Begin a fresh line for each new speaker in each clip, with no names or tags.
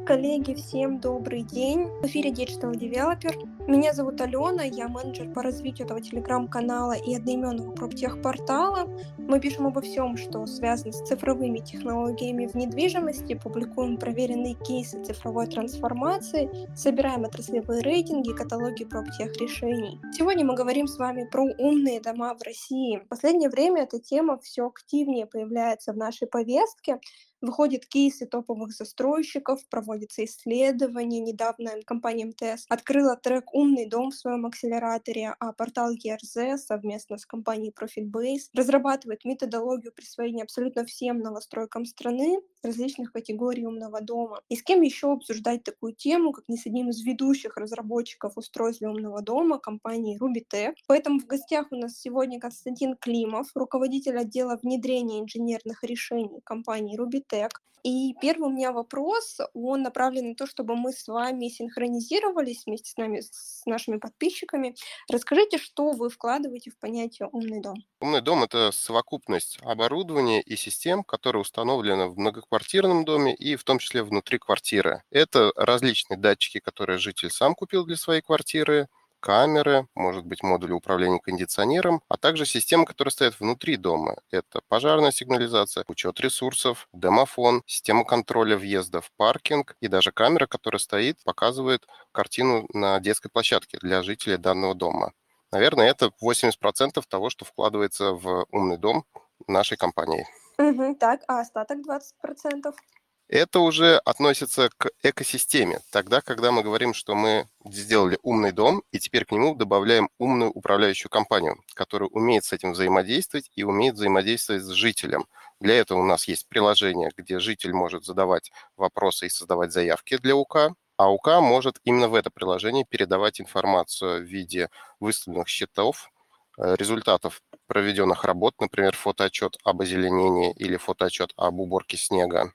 Коллеги, всем добрый день. В эфире Digital Developer. Меня зовут Алена, я менеджер по развитию этого телеграм-канала и одноименного проптех-портала. Мы пишем обо всем, что связано с цифровыми технологиями в недвижимости, публикуем проверенные кейсы цифровой трансформации, собираем отраслевые рейтинги и каталоги проптех-решений. Сегодня мы говорим с вами про умные дома в России. В последнее время эта тема все активнее появляется в нашей повестке. Выходят кейсы топовых застройщиков, проводятся исследования. Недавно компания МТС открыла трек «Умный дом» в своем акселераторе, а портал ERZ совместно с компанией ProfitBase разрабатывает методологию присвоения абсолютно всем новостройкам страны различных категорий умного дома. И с кем еще обсуждать такую тему, как не с одним из ведущих разработчиков устройств для умного дома, компании Rubitech. Поэтому в гостях у нас сегодня Константин Климов, руководитель отдела внедрения инженерных решений компании Rubitech. И первый у меня вопрос, он направлен на то, чтобы мы с вами синхронизировались вместе с нами, с нашими подписчиками. Расскажите, что вы вкладываете в понятие «умный дом».
Умный дом – это совокупность оборудования и систем, которые установлены в многоквартирном доме и в том числе внутри квартиры. Это различные датчики, которые житель сам купил для своей квартиры, камеры, может быть, модули управления кондиционером, а также системы, которые стоят внутри дома. Это пожарная сигнализация, учет ресурсов, домофон, система контроля въезда в паркинг и даже камера, которая стоит, показывает картину на детской площадке для жителей данного дома. Наверное, это 80% того, что вкладывается в умный дом нашей компании.
Так, а остаток 20%?
Это уже относится к экосистеме. Тогда, когда мы говорим, что мы сделали умный дом, и теперь к нему добавляем умную управляющую компанию, которая умеет с этим взаимодействовать и умеет взаимодействовать с жителем. Для этого у нас есть приложение, где житель может задавать вопросы и создавать заявки для УК, а УК может именно в это приложение передавать информацию в виде выставленных счетов, результатов проведенных работ, например, фотоотчет об озеленении или фотоотчет об уборке снега.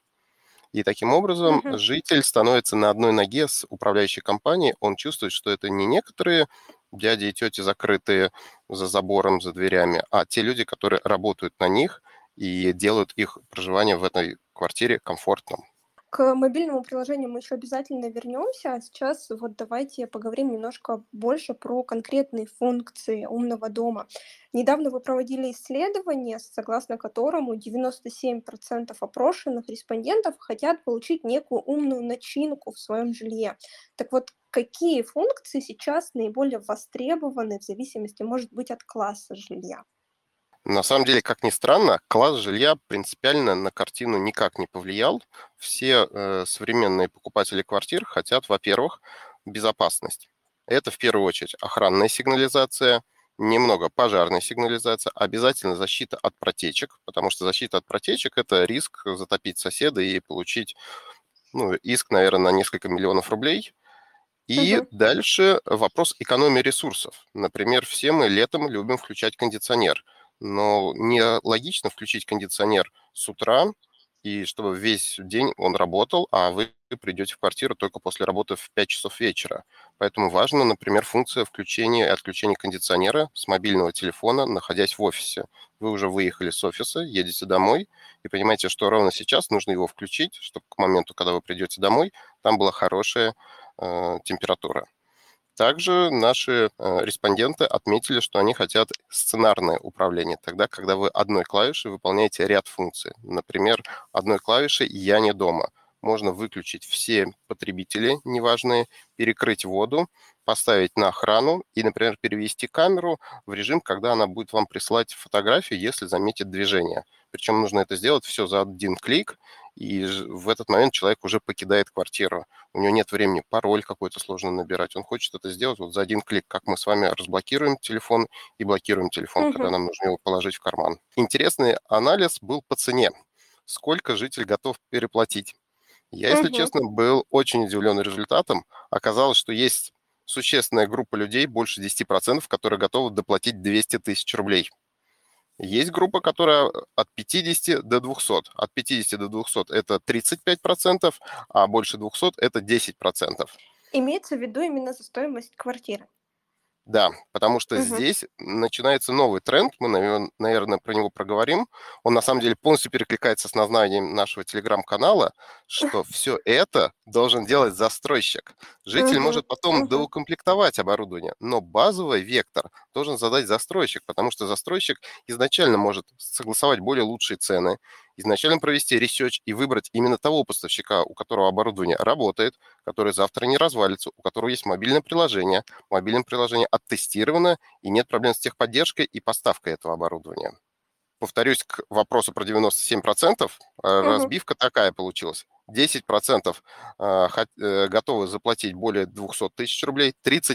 И таким образом житель становится на одной ноге с управляющей компанией. Он чувствует, что это не некоторые дяди и тети, закрытые за забором, за дверями, а те люди, которые работают на них и делают их проживание в этой квартире комфортным.
К мобильному приложению мы еще обязательно вернемся, а сейчас вот давайте поговорим немножко больше про конкретные функции умного дома. Недавно вы проводили исследование, согласно которому 97% опрошенных респондентов хотят получить некую умную начинку в своем жилье. Так вот, какие функции сейчас наиболее востребованы в зависимости, может быть, от класса жилья?
На самом деле, как ни странно, класс жилья принципиально на картину никак не повлиял. Все современные покупатели квартир хотят, во-первых, безопасность. Это в первую очередь охранная сигнализация, немного пожарная сигнализация, обязательно защита от протечек, потому что защита от протечек – это риск затопить соседа и получить иск, наверное, на несколько миллионов рублей. И
Мгм.
дальше вопрос экономии ресурсов. Например, все мы летом любим включать кондиционер, но не логично включить кондиционер с утра, и чтобы весь день он работал, а вы придете в квартиру только после работы в 5 часов вечера. Поэтому важна, например, функция включения и отключения кондиционера с мобильного телефона, находясь в офисе. Вы уже выехали с офиса, едете домой, и понимаете, что ровно сейчас нужно его включить, чтобы к моменту, когда вы придете домой, там была хорошая температура. Также наши респонденты отметили, что они хотят сценарное управление, тогда, когда вы одной клавишей выполняете ряд функций. Например, одной клавишей «Я не дома». Можно выключить все потребители неважные, перекрыть воду, поставить на охрану и, например, перевести камеру в режим, когда она будет вам присылать фотографии, если заметит движение. Причем нужно это сделать все за один клик, и в этот момент человек уже покидает квартиру. У него нет времени пароль какой-то сложно набирать. Он хочет это сделать вот за один клик, как мы с вами разблокируем телефон и блокируем телефон, когда
Мгм.
нам нужно его положить в карман. Интересный анализ был по цене. Сколько житель готов переплатить? Я, если
Мгм.
честно, был очень удивлен результатом. Оказалось, что есть существенная группа людей, больше 10%, которые готовы доплатить 200 тысяч рублей. Есть группа, которая от 50 до 200. От 50 до 200 это 35%, а больше 200 это 10%.
Имеется в виду именно за стоимость квартиры.
Да, потому что
Мгм.
здесь начинается новый тренд, мы, наверное, про него проговорим. Он на самом деле полностью перекликается с названием нашего телеграм-канала, что все это должен делать застройщик. Житель
Мгм.
может потом
Мгм.
доукомплектовать оборудование, но базовый вектор должен задать застройщик, потому что застройщик изначально может согласовать более лучшие цены, изначально провести ресерч и выбрать именно того поставщика, у которого оборудование работает, который завтра не развалится, у которого есть мобильное приложение оттестировано и нет проблем с техподдержкой и поставкой этого оборудования. Повторюсь к вопросу про 97%.
Мгм.
Разбивка такая получилась. 10% готовы заплатить более 200 тысяч рублей,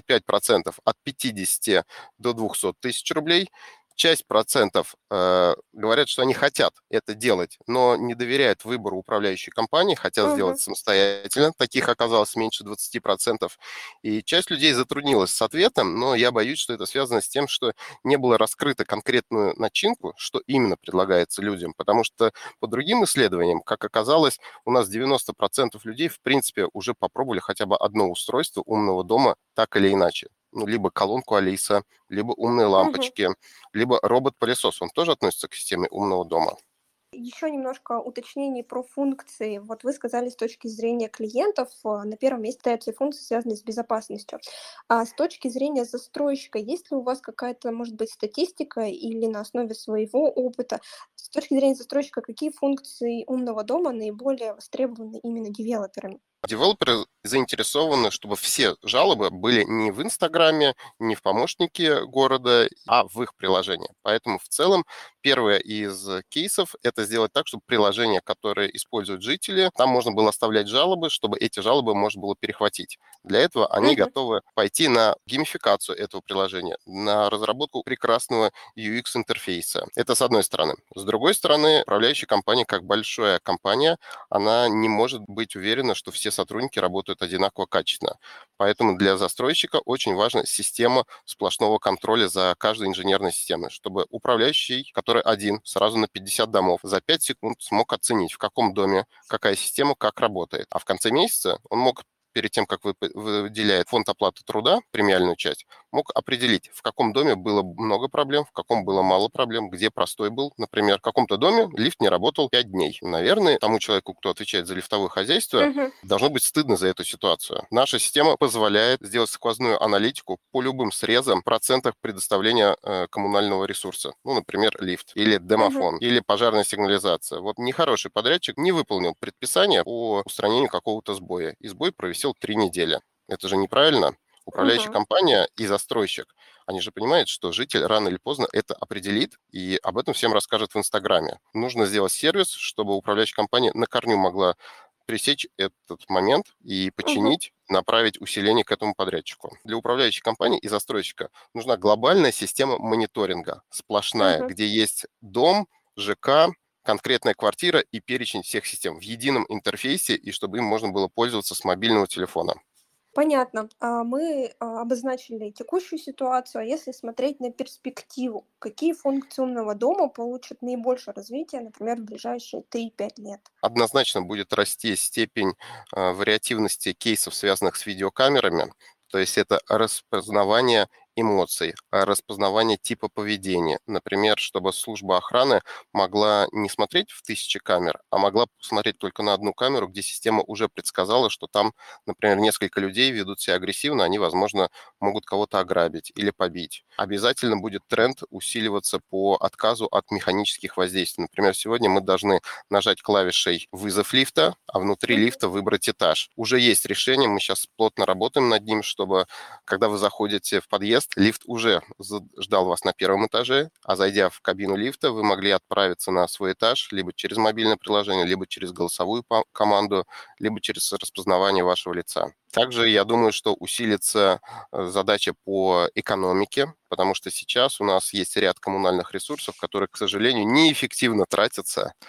35% от 50 до 200 тысяч рублей, часть процентов говорят, что они хотят это делать, но не доверяют выбору управляющей компании, хотят сделать
Мгм.
самостоятельно. Таких оказалось меньше 20%. И часть людей затруднилась с ответом, но я боюсь, что это связано с тем, что не было раскрыто конкретную начинку, что именно предлагается людям, потому что по другим исследованиям, как оказалось, у нас 90% людей, в принципе, уже попробовали хотя бы одно устройство умного дома так или иначе. Ну, либо колонку Алиса, либо умные
Мгм.
лампочки, либо робот-пылесос. Он тоже относится к системе умного дома.
Еще немножко уточнений про функции. Вот вы сказали, с точки зрения клиентов, на первом месте стоят все функции, связанные с безопасностью. А с точки зрения застройщика, есть ли у вас какая-то, может быть, статистика или на основе своего опыта? С точки зрения застройщика, какие функции умного дома наиболее востребованы именно девелоперами?
Девелоперы заинтересованы, чтобы все жалобы были не в Инстаграме, не в помощнике города, а в их приложении. Поэтому в целом первое из кейсов– это сделать так, чтобы приложения, которые используют жители, там можно было оставлять жалобы, чтобы эти жалобы можно было перехватить. Для этого они
Мгм.
готовы пойти на геймификацию этого приложения, на разработку прекрасного UX-интерфейса. Это с одной стороны. С другой стороны, управляющая компания, как большая компания, она не может быть уверена, что все сотрудники работают одинаково качественно. Поэтому для застройщика очень важна система сплошного контроля за каждой инженерной системой, чтобы управляющий, который один, сразу на 50 домов, за 5 секунд смог оценить, в каком доме какая система как работает. А в конце месяца он мог перед тем, как выделяет фонд оплаты труда, премиальную часть, мог определить, в каком доме было много проблем, в каком было мало проблем, где простой был. Например, в каком-то доме лифт не работал 5 дней. Наверное, тому человеку, кто отвечает за лифтовое хозяйство,
Мгм.
должно быть стыдно за эту ситуацию. Наша система позволяет сделать сквозную аналитику по любым срезам, процентах предоставления коммунального ресурса. Ну, например, лифт или
Мгм.
домофон, или пожарная сигнализация. Вот нехороший подрядчик не выполнил предписание по устранению какого-то сбоя, и сбой провисел 3 недели. Это же неправильно. Управляющая
Мгм.
компания и застройщик, они же понимают, что житель рано или поздно это определит и об этом всем расскажет в Инстаграме. Нужно сделать сервис, чтобы управляющая компания на корню могла пресечь этот момент и
Мгм.
починить, направить усиление к этому подрядчику. Для управляющей компании и застройщика нужна глобальная система мониторинга, сплошная,
Мгм.
где есть дом, ЖК, конкретная квартира и перечень всех систем в едином интерфейсе, и чтобы им можно было пользоваться с мобильного телефона.
Понятно. Мы обозначили текущую ситуацию, а если смотреть на перспективу, какие функции умного дома получат наибольшее развитие, например, в ближайшие 3-5 лет?
Однозначно будет расти степень вариативности кейсов, связанных с видеокамерами. То есть это распознавание эмоций, распознавание типа поведения. Например, чтобы служба охраны могла не смотреть в тысячи камер, а могла посмотреть только на одну камеру, где система уже предсказала, что там, например, несколько людей ведут себя агрессивно, они, возможно, могут кого-то ограбить или побить. Обязательно будет тренд усиливаться по отказу от механических воздействий. Например, сегодня мы должны нажать клавишей «Вызов лифта», а внутри
Мгм.
лифта выбрать этаж. Уже есть решение, мы сейчас плотно работаем над ним, чтобы, когда вы заходите в подъезд, лифт уже ждал вас на первом этаже, а зайдя в кабину лифта, вы могли отправиться на свой этаж либо через мобильное приложение, либо через голосовую команду, либо через распознавание вашего лица. Также я думаю, что усилится задача по экономике, потому что сейчас у нас есть ряд коммунальных ресурсов, которые, к сожалению, неэффективно тратятся,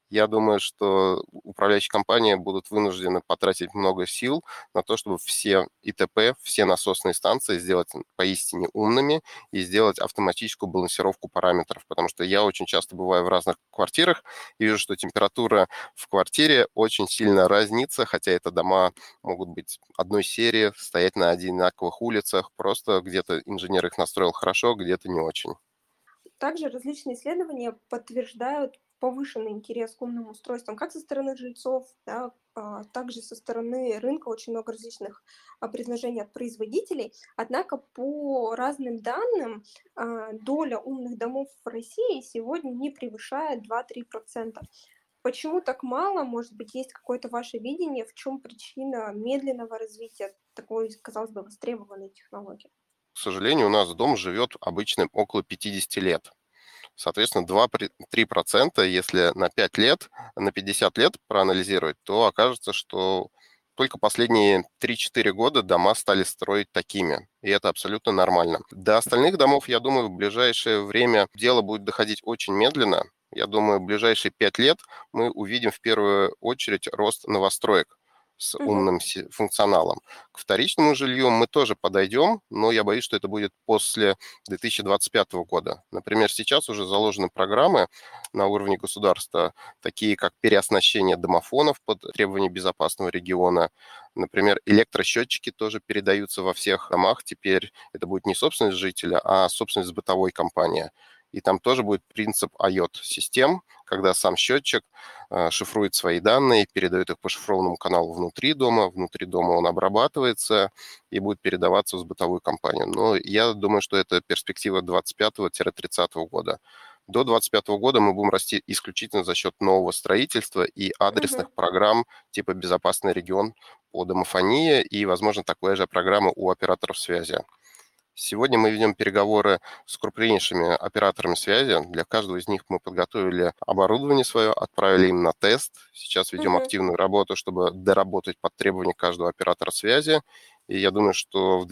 Я думаю, что управляющие компании будут вынуждены потратить много сил на то, чтобы все ИТП, все насосные станции сделать поистине умными и сделать автоматическую балансировку параметров. Потому что я очень часто бываю в разных квартирах и вижу, что температура в квартире очень сильно разнится, хотя это дома могут быть одной серии, стоять на одинаковых улицах. Просто где-то инженер их настроил хорошо, где-то не очень.
Также различные исследования подтверждают повышенный интерес к умным устройствам как со стороны жильцов, да, также со стороны рынка очень много различных предложений от производителей. Однако по разным данным доля умных домов в России сегодня не превышает 2-3%. Почему так мало? Может быть, есть какое-то ваше видение, в чем причина медленного развития такой, казалось бы, востребованной технологии?
К сожалению, у нас дом живет обычно около 50 лет. Соответственно, 2-3%, если на 5 лет, на 50 лет проанализировать, то окажется, что только последние 3-4 года дома стали строить такими. И это абсолютно нормально. До остальных домов, я думаю, в ближайшее время дело будет доходить очень медленно. Я думаю, в ближайшие 5 лет мы увидим в первую очередь рост новостроек с
Мгм.
умным функционалом. К вторичному жилью мы тоже подойдем, но я боюсь, что это будет после 2025 года. Например, сейчас уже заложены программы на уровне государства, такие как переоснащение домофонов под требования безопасного региона. Например, электросчетчики тоже передаются во всех домах. Теперь это будет не собственность жителя, а собственность бытовой компании. И там тоже будет принцип IOT-систем, когда сам счетчик шифрует свои данные, передает их по шифрованному каналу внутри дома он обрабатывается и будет передаваться в бытовую компанию. Но я думаю, что это перспектива 25-30 года. До 2025 года мы будем расти исключительно за счет нового строительства и
Мгм.
адресных программ типа «Безопасный регион» по домофонии и, возможно, такая же программа у операторов связи. Сегодня мы ведем переговоры с крупнейшими операторами связи. Для каждого из них мы подготовили оборудование свое, отправили им на тест. Сейчас ведем
Мгм.
активную работу, чтобы доработать под требования каждого оператора связи. И я думаю, что в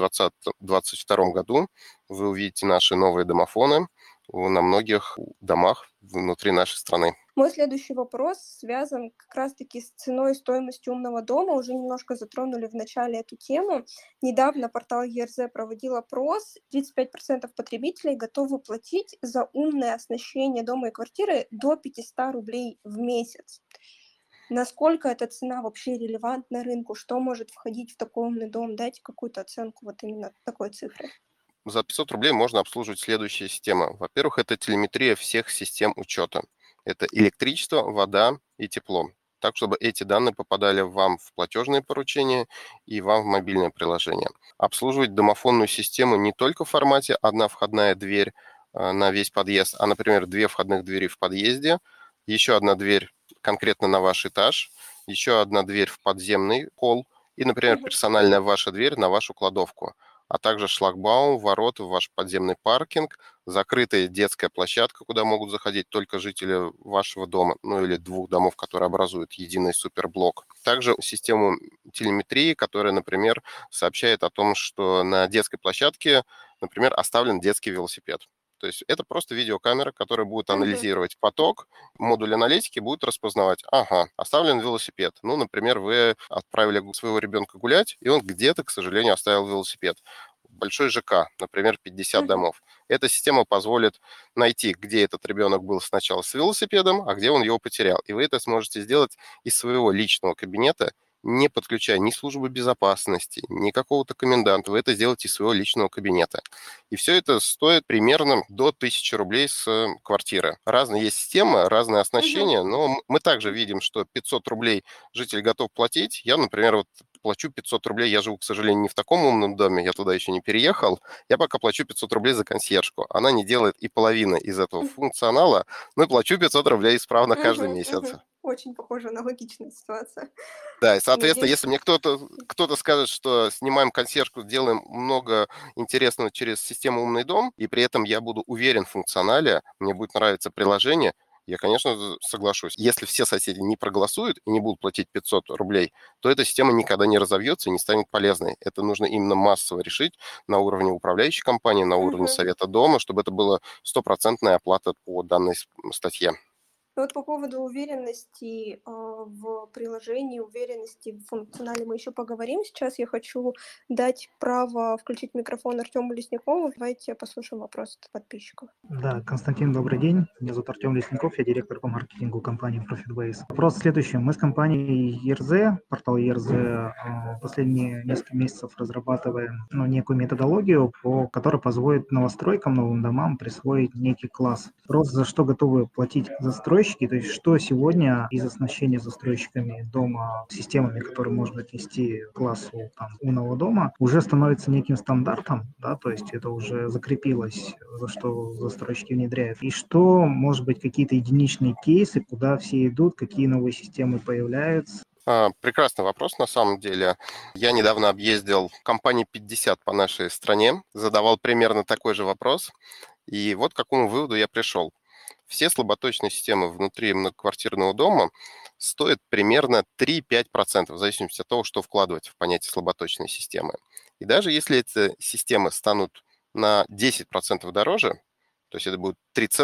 2022 году вы увидите наши новые домофоны на многих домах внутри нашей страны.
Мой следующий вопрос связан как раз-таки с ценой и стоимостью умного дома. Уже немножко затронули в начале эту тему. Недавно портал ЕРЗ проводил опрос. 35% потребителей готовы платить за умное оснащение дома и квартиры до 500 рублей в месяц. Насколько эта цена вообще релевантна рынку? Что может входить в такой умный дом? Дайте какую-то оценку вот именно такой цифры.
За 500 рублей можно обслуживать следующие системы. Во-первых, это телеметрия всех систем учета. Это электричество, вода и тепло. Так, чтобы эти данные попадали вам в платежные поручения и вам в мобильное приложение. Обслуживать домофонную систему не только в формате одна входная дверь на весь подъезд, а, например, две входных двери в подъезде, еще одна дверь конкретно на ваш этаж, еще одна дверь в подземный холл и, например,
Мгм.
персональная ваша дверь на вашу кладовку, а также шлагбаум, ворота в ваш подземный паркинг, закрытая детская площадка, куда могут заходить только жители вашего дома, ну или двух домов, которые образуют единый суперблок. Также систему телеметрии, которая, например, сообщает о том, что на детской площадке, например, оставлен детский велосипед. То есть это просто видеокамера, которая будет
Мгм.
анализировать поток, модуль аналитики будет распознавать, ага, оставлен велосипед. Ну, например, вы отправили своего ребенка гулять, и он где-то, к сожалению, оставил велосипед. Большой ЖК, например, 50
Мгм.
домов. Эта система позволит найти, где этот ребенок был сначала с велосипедом, а где он его потерял. И вы это сможете сделать из своего личного кабинета, не подключая ни службы безопасности, ни какого-то коменданта. Вы это сделаете из своего личного кабинета. И все это стоит примерно до 1000 рублей с квартиры. Разные есть системы, разные
Мгм.
оснащения, но мы также видим, что 500 рублей житель готов платить. Я, например, вот плачу 500 рублей. Я живу, к сожалению, не в таком умном доме, я туда еще не переехал. Я пока плачу 500 рублей за консьержку. Она не делает и половины из этого функционала, но плачу 500 рублей исправно каждый
Мгм.
месяц.
Мгм. Очень похоже на логичную ситуацию.
Да, и, соответственно,
Надеюсь.
если мне кто-то скажет, что снимаем консьержку, делаем много интересного через систему «Умный дом», и при этом я буду уверен в функционале, мне будет нравиться приложение, я, конечно, соглашусь. Если все соседи не проголосуют и не будут платить 500 рублей, то эта система никогда не разовьется и не станет полезной. Это нужно именно массово решить на уровне управляющей компании, на уровне
Мгм.
совета дома, чтобы это была стопроцентная оплата по данной статье.
Ну вот по поводу уверенности в приложении, уверенности в функционале мы еще поговорим. Сейчас я хочу дать право включить микрофон Артему Лесникову. Давайте послушаем вопрос от подписчиков.
Да, Константин, добрый день. Меня зовут Артем Лесников, я директор по маркетингу компании ProfitBase. Вопрос следующий. Мы с компанией ERZ, портал ERZ, последние несколько месяцев разрабатываем некую методологию, которая позволит новостройкам, новым домам присвоить некий класс. Вопрос, за что готовы платить застройщики, то есть что сегодня из оснащения застройщиками дома системами, которые можно отнести к классу умного дома, уже становится неким стандартом, да, то есть это уже закрепилось, за что застройщики внедряют. И что, может быть, какие-то единичные кейсы, куда все идут, какие новые системы появляются?
Прекрасный вопрос, на самом деле. Я недавно объездил компании 50 по нашей стране, задавал примерно такой же вопрос, и вот к какому выводу я пришел. Все слаботочные системы внутри многоквартирного дома стоят примерно 3-5%, в зависимости от того, что вкладывать в понятие слаботочной системы. И даже если эти системы станут на 10% дороже, то есть это будет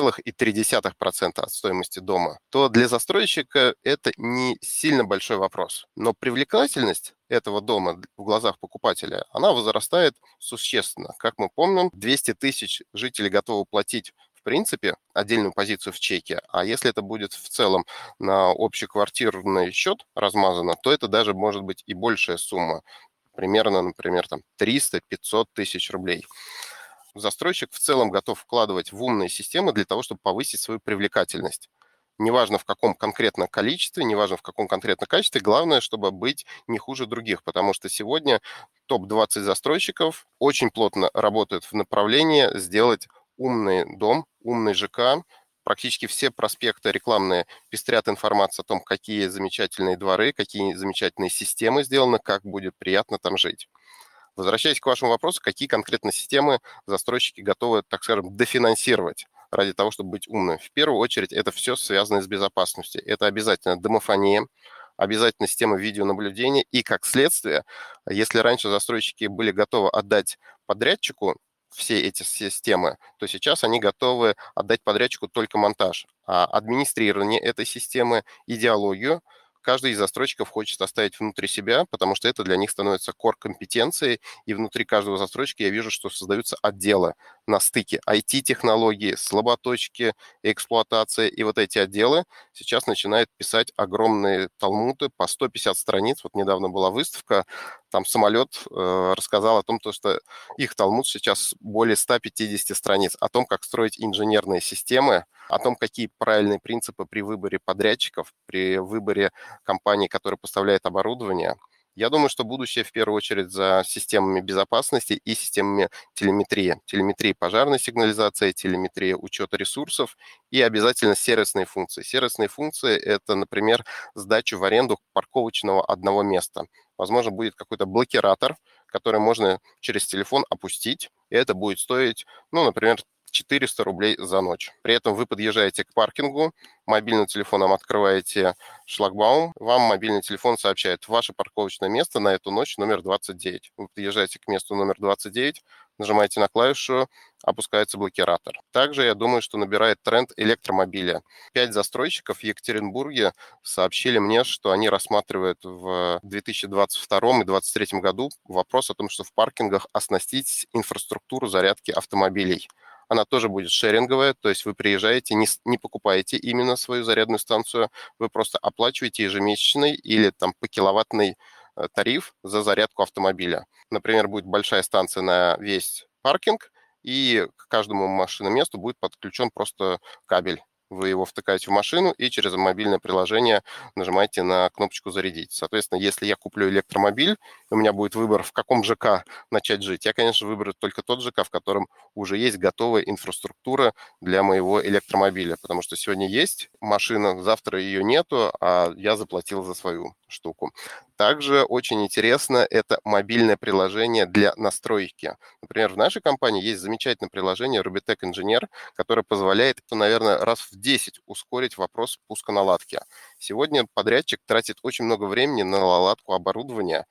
3,3% от стоимости дома, то для застройщика это не сильно большой вопрос. Но привлекательность этого дома в глазах покупателя, она возрастает существенно. Как мы помним, 200 тысяч жителей готовы платить в принципе отдельную позицию в чеке, а если это будет в целом на общеквартирный счет размазано, то это даже может быть и большая сумма. Примерно, например, 300-500 тысяч рублей. Застройщик в целом готов вкладывать в умные системы для того, чтобы повысить свою привлекательность. Неважно в каком конкретно количестве, неважно в каком конкретно качестве, главное, чтобы быть не хуже других, потому что сегодня топ-20 застройщиков очень плотно работают в направлении сделать умный дом, умный ЖК. Практически все проспекты рекламные пестрят информацией о том, какие замечательные дворы, какие замечательные системы сделаны, как будет приятно там жить. Возвращаясь к вашему вопросу, какие конкретно системы застройщики готовы, так скажем, дофинансировать ради того, чтобы быть умными? В первую очередь это все связано с безопасностью. Это обязательно домофония, обязательно система видеонаблюдения и, как следствие, если раньше застройщики были готовы отдать подрядчику все эти системы, то сейчас они готовы отдать подрядчику только монтаж. А администрирование этой системы, идеологию каждый из застройщиков хочет оставить внутри себя, потому что это для них становится core-компетенцией, и внутри каждого застройщика я вижу, что создаются отделы на стыке IT-технологии, слаботочки, эксплуатация, и вот эти отделы сейчас начинают писать огромные талмуды по 150 страниц. Вот недавно была выставка, там самолет рассказал о том, что их талмуд сейчас более 150 страниц, о том, как строить инженерные системы, о том, какие правильные принципы при выборе подрядчиков, при выборе компании, которая поставляет оборудование. Я думаю, что будущее в первую очередь за системами безопасности и системами телеметрии. Телеметрия пожарной сигнализации, телеметрия учета ресурсов и обязательно сервисные функции. Сервисные функции – это, например, сдача в аренду парковочного одного места. Возможно, будет какой-то блокиратор, который можно через телефон опустить, и это будет стоить, например, 400 рублей за ночь. При этом вы подъезжаете к паркингу, мобильным телефоном открываете шлагбаум, вам мобильный телефон сообщает ваше парковочное место на эту ночь номер 29. Вы подъезжаете к месту номер 29, нажимаете на клавишу, опускается блокиратор. Также, я думаю, что набирает тренд электромобиля. 5 застройщиков в Екатеринбурге сообщили мне, что они рассматривают в 2022 и 2023 году вопрос о том, что в паркингах оснастить инфраструктуру зарядки автомобилей. Она тоже будет шеринговая, то есть вы приезжаете, не покупаете именно свою зарядную станцию, вы просто оплачиваете ежемесячный или по киловаттный тариф за зарядку автомобиля. Например, будет большая станция на весь паркинг, и к каждому машиноместу будет подключен просто кабель. Вы его втыкаете в машину и через мобильное приложение нажимаете на кнопочку «Зарядить». Соответственно, если я куплю электромобиль, у меня будет выбор, в каком ЖК начать жить. Я, конечно, выберу только тот ЖК, в котором уже есть готовая инфраструктура для моего электромобиля. Потому что сегодня есть машина, завтра ее нету, а я заплатил за свою штуку. Также очень интересно это мобильное приложение для настройки. Например, в нашей компании есть замечательное приложение Rubitech Engineer, которое позволяет, наверное, раз в 10 ускорить вопрос пуска наладки. Сегодня подрядчик тратит очень много времени на наладку оборудования,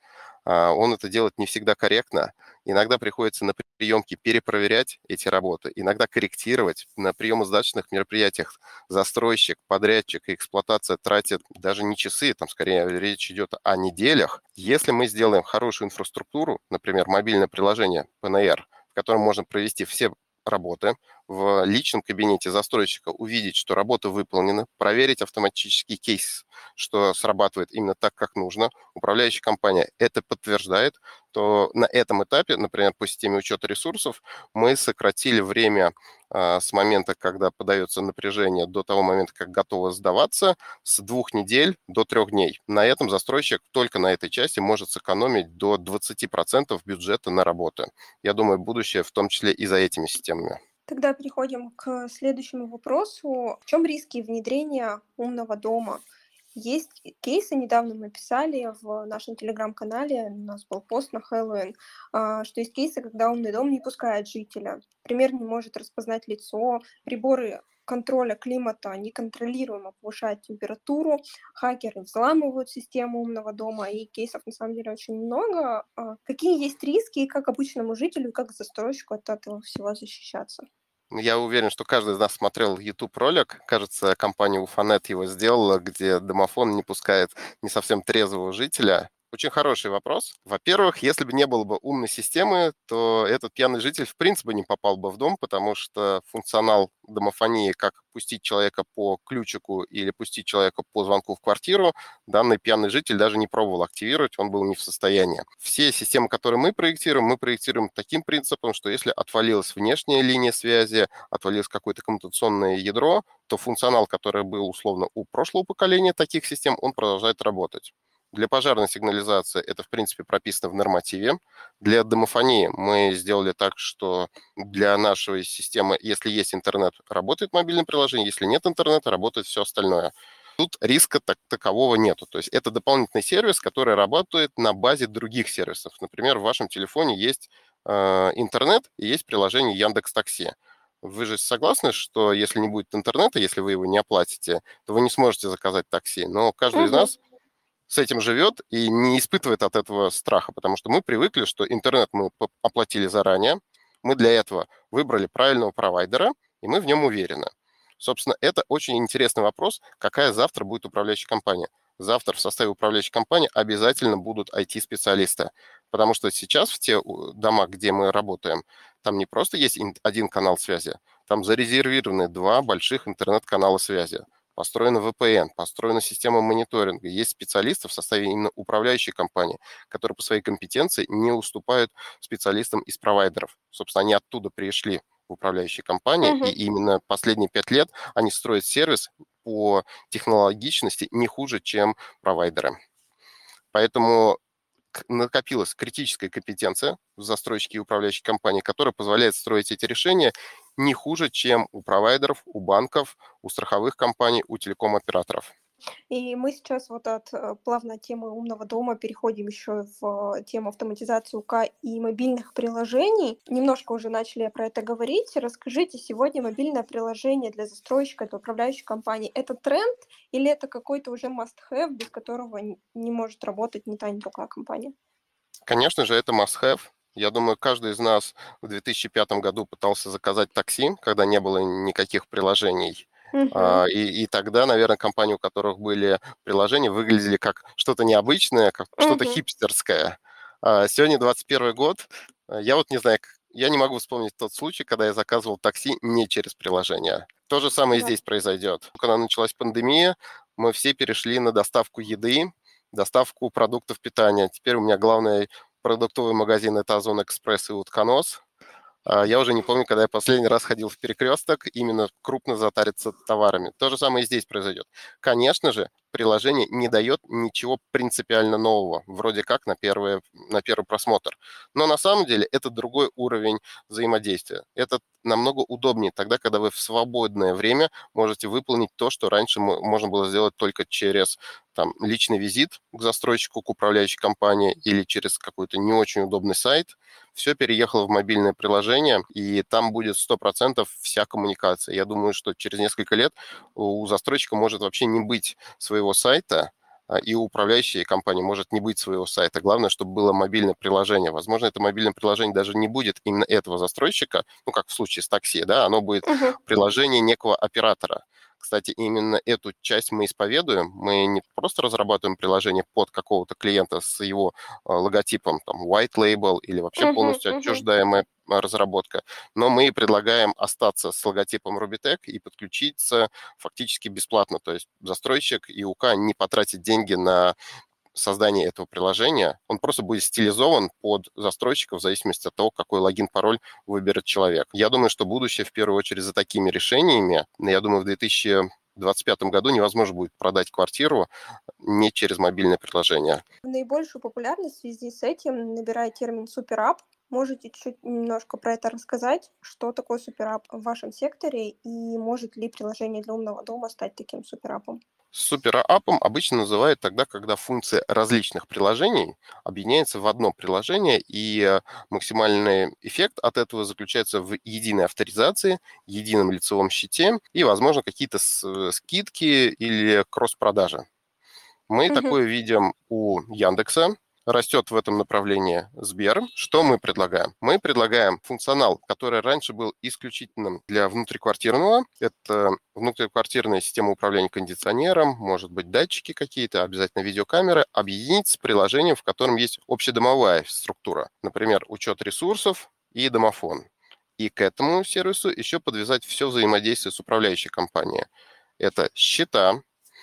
он это делает не всегда корректно. Иногда приходится на приемке перепроверять эти работы, иногда корректировать. На приемо-сдачных мероприятиях застройщик, подрядчик и эксплуатация тратят даже не часы, там скорее речь идет о неделях. Если мы сделаем хорошую инфраструктуру, например, мобильное приложение ПНР, в котором можно провести все работы, в личном кабинете застройщика увидеть, что работа выполнена, проверить автоматический кейс, что срабатывает именно так, как нужно. Управляющая компания это подтверждает, то на этом этапе, например, по системе учета ресурсов, мы сократили время с момента, когда подается напряжение, до того момента, как готово сдаваться, с 2 недель до 3 дней. На этом застройщик только на этой части может сэкономить до 20% бюджета на работы. Я думаю, будущее в том числе и за этими системами.
Тогда переходим к следующему вопросу. В чем риски внедрения умного дома? Есть кейсы, недавно мы писали в нашем телеграм-канале, у нас был пост на Хэллоуин, что есть кейсы, когда умный дом не пускает жителя. Пример не может распознать лицо, приборы контроля климата неконтролируемо повышают температуру, хакеры взламывают систему умного дома, и кейсов на самом деле очень много. Какие есть риски, и как обычному жителю, и как застройщику от этого всего защищаться?
Я уверен, что каждый из нас смотрел YouTube-ролик, кажется, компания Уфанет его сделала, где домофон не пускает не совсем трезвого жителя. Очень хороший вопрос. Во-первых, если бы не было бы умной системы, то этот пьяный житель в принципе не попал бы в дом, потому что функционал домофонии, как пустить человека по ключику или пустить человека по звонку в квартиру, данный пьяный житель даже не пробовал активировать, он был не в состоянии. Все системы, которые мы проектируем таким принципом, что если отвалилась внешняя линия связи, отвалилось какое-то коммутационное ядро, то функционал, который был условно у прошлого поколения таких систем, он продолжает работать. Для пожарной сигнализации это, в принципе, прописано в нормативе. Для домофонии мы сделали так, что для нашей системы, если есть интернет, работает мобильное приложение, если нет интернета, работает все остальное. Тут риска такового нету. То есть это дополнительный сервис, который работает на базе других сервисов. Например, в вашем телефоне есть интернет и есть приложение Яндекс.Такси. Вы же согласны, что если не будет интернета, если вы его не оплатите, то вы не сможете заказать такси. Но каждый из нас с этим живет и не испытывает от этого страха, потому что мы привыкли, что интернет мы оплатили заранее, мы для этого выбрали правильного провайдера, и мы в нем уверены. Собственно, это очень интересный вопрос, какая завтра будет управляющая компания. Завтра в составе управляющей компании обязательно будут IT-специалисты, потому что сейчас в те дома, где мы работаем, там не просто есть один канал связи, там зарезервированы 2 больших интернет-канала связи. Построена VPN, построена система мониторинга. Есть специалисты в составе именно управляющей компании, которые по своей компетенции не уступают специалистам из провайдеров. Собственно, они оттуда пришли в управляющие компании, и именно последние 5 лет они строят сервис по технологичности не хуже, чем провайдеры. Поэтому накопилась критическая компетенция в застройщике и управляющей компании, которая позволяет строить эти решения не хуже, чем у провайдеров, у банков, у страховых компаний, у телеком-операторов.
И мы сейчас вот от плавно темы умного дома переходим еще в тему автоматизации УК и мобильных приложений. Немножко уже начали про это говорить. Расскажите, сегодня мобильное приложение для застройщика, для управляющей компании, это тренд или это какой-то уже must-have, без которого не может работать ни та, ни другая компания?
Конечно же, это must-have. Я думаю, каждый из нас в 2005 году пытался заказать такси, когда не было никаких приложений. И тогда, наверное, компании, у которых были приложения, выглядели как что-то необычное, как что-то хипстерское. Сегодня 21 год. Я вот не знаю, я не могу вспомнить тот случай, когда я заказывал такси не через приложение. То же самое и здесь произойдет. Когда началась пандемия, мы все перешли на доставку еды, доставку продуктов питания. Теперь у меня главный продуктовый магазин – это Озон Экспресс и Утконос. Я уже не помню, когда я последний раз ходил в Перекресток, именно крупно затариться товарами. То же самое и здесь произойдет. Конечно же, приложение не дает ничего принципиально нового, вроде как на первый просмотр. Но на самом деле это другой уровень взаимодействия. Это намного удобнее тогда, когда вы в свободное время можете выполнить то, что раньше можно было сделать только через личный визит к застройщику, к управляющей компании или через какой-то не очень удобный сайт. Все переехало в мобильное приложение, и там будет 100% вся коммуникация. Я думаю, что через несколько лет у застройщика может вообще не быть своего сайта, и у управляющей компании может не быть своего сайта. Главное, чтобы было мобильное приложение. Возможно, это мобильное приложение даже не будет именно этого застройщика, ну, как в случае с такси, да, оно будет
Мгм.
приложение некого оператора. Кстати, именно эту часть мы исповедуем. Мы не просто разрабатываем приложение под какого-то клиента с его логотипом, там, white label или вообще
Мгм.
полностью
Мгм.
отчуждаемая разработка, но мы предлагаем остаться с логотипом Rubitech и подключиться фактически бесплатно. То есть застройщик и УК не потратит деньги на создание этого приложения. Он просто будет стилизован под застройщика в зависимости от того, какой логин-пароль выберет человек. Я думаю, что будущее в первую очередь за такими решениями. Я думаю, в 2025 году невозможно будет продать квартиру не через мобильное приложение.
Наибольшую популярность в связи с этим набирает термин суперап. Можете чуть немножко про это рассказать, что такое суперап в вашем секторе и может ли приложение для умного дома стать таким суперапом?
Суперапом обычно называют тогда, когда функции различных приложений объединяются в одно приложение, и максимальный эффект от этого заключается в единой авторизации, едином лицевом щите и, возможно, какие-то скидки или кросс-продажи. Мы
Мгм.
такое видим у Яндекса. Растет в этом направлении Сбер. Что мы предлагаем? Мы предлагаем функционал, который раньше был исключительным для внутриквартирного. Это внутриквартирная система управления кондиционером, может быть, датчики какие-то, обязательно видеокамеры, объединить с приложением, в котором есть общедомовая структура. Например, учет ресурсов и домофон. И к этому сервису еще подвязать все взаимодействие с управляющей компанией. Это счета,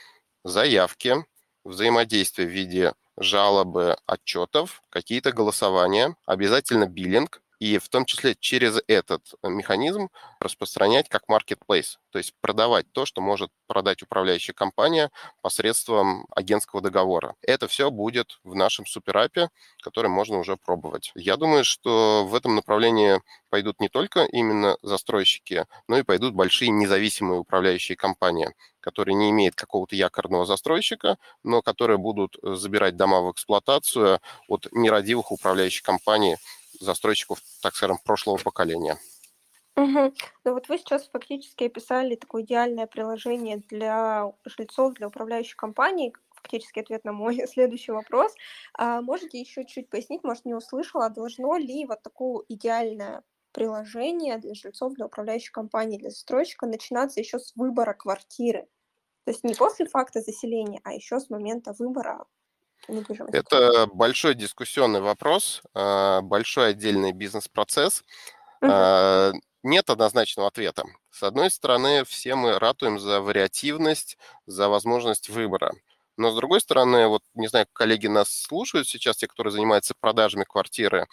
заявки, взаимодействие в виде жалобы, отчетов, какие-то голосования, обязательно биллинг, и в том числе через этот механизм распространять как marketplace, то есть продавать то, что может продать управляющая компания посредством агентского договора. Это все будет в нашем суперапе, который можно уже пробовать. Я думаю, что в этом направлении пойдут не только именно застройщики, но и пойдут большие независимые управляющие компании, которые не имеют какого-то якорного застройщика, но которые будут забирать дома в эксплуатацию от нерадивых управляющих компаний, застройщиков, так скажем, прошлого поколения.
Мгм. Ну вот вы сейчас фактически описали такое идеальное приложение для жильцов, для управляющих компаний. Фактически ответ на мой следующий вопрос. Можете еще чуть пояснить, может, не услышала, должно ли вот такое идеальное приложение для жильцов, для управляющей компании, для застройщика начинаться еще с выбора квартиры? То есть не после факта заселения, а еще с момента выбора недвижимости.
Это большой дискуссионный вопрос, большой отдельный бизнес-процесс.
Мгм.
А, Нет однозначного ответа. С одной стороны, все мы ратуем за вариативность, за возможность выбора. Но с другой стороны, вот не знаю, коллеги нас слушают сейчас, те, которые занимаются продажами квартиры,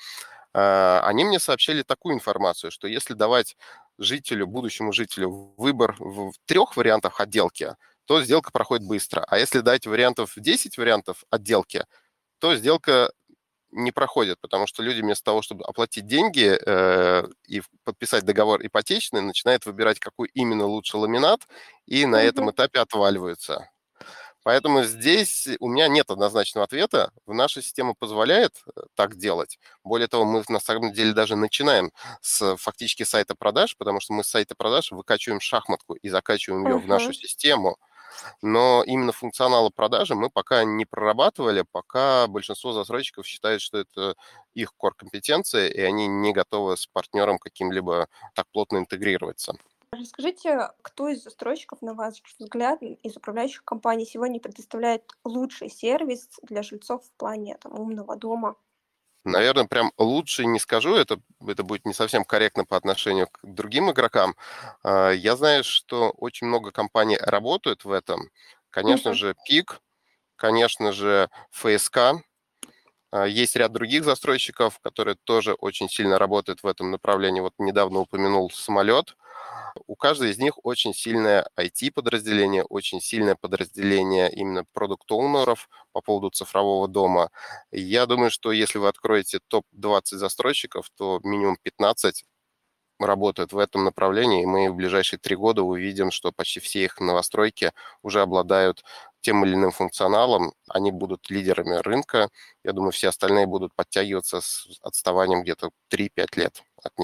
они мне сообщили такую информацию, что если давать жителю, будущему жителю выбор в 3 вариантах отделки, то сделка проходит быстро. А если дать вариантов 10 вариантов отделки, то сделка не проходит, потому что люди вместо того, чтобы оплатить деньги и подписать договор ипотечный, начинают выбирать, какой именно лучше ламинат, и на этом
Мгм.
этапе отваливаются. Поэтому здесь у меня нет однозначного ответа. Наша система позволяет так делать. Более того, мы на самом деле даже начинаем с фактически сайта продаж, потому что мы с сайта продаж выкачиваем шахматку и закачиваем ее в нашу
Мгм.
систему. Но именно функционала продажи мы пока не прорабатывали, пока большинство застройщиков считает, что это их core-компетенция, и они не готовы с партнером каким-либо так плотно интегрироваться.
Расскажите, кто из застройщиков, на ваш взгляд, из управляющих компаний сегодня предоставляет лучший сервис для жильцов в плане там, умного дома?
Наверное, прям лучше не скажу, это будет не совсем корректно по отношению к другим игрокам. Я знаю, что очень много компаний работают в этом. Конечно
Мгм.
же, ПИК, конечно же, ФСК. Есть ряд других застройщиков, которые тоже очень сильно работают в этом направлении. Вот недавно упомянул самолет. У каждой из них очень сильное IT-подразделение, очень сильное подразделение именно продукт-оунеров по поводу цифрового дома. Я думаю, что если вы откроете топ-20 застройщиков, то минимум 15 работают в этом направлении, и мы в ближайшие 3 года увидим, что почти все их новостройки уже обладают тем или иным функционалом, они будут лидерами рынка. Я думаю, все остальные будут подтягиваться с отставанием где-то 3-5 лет от них.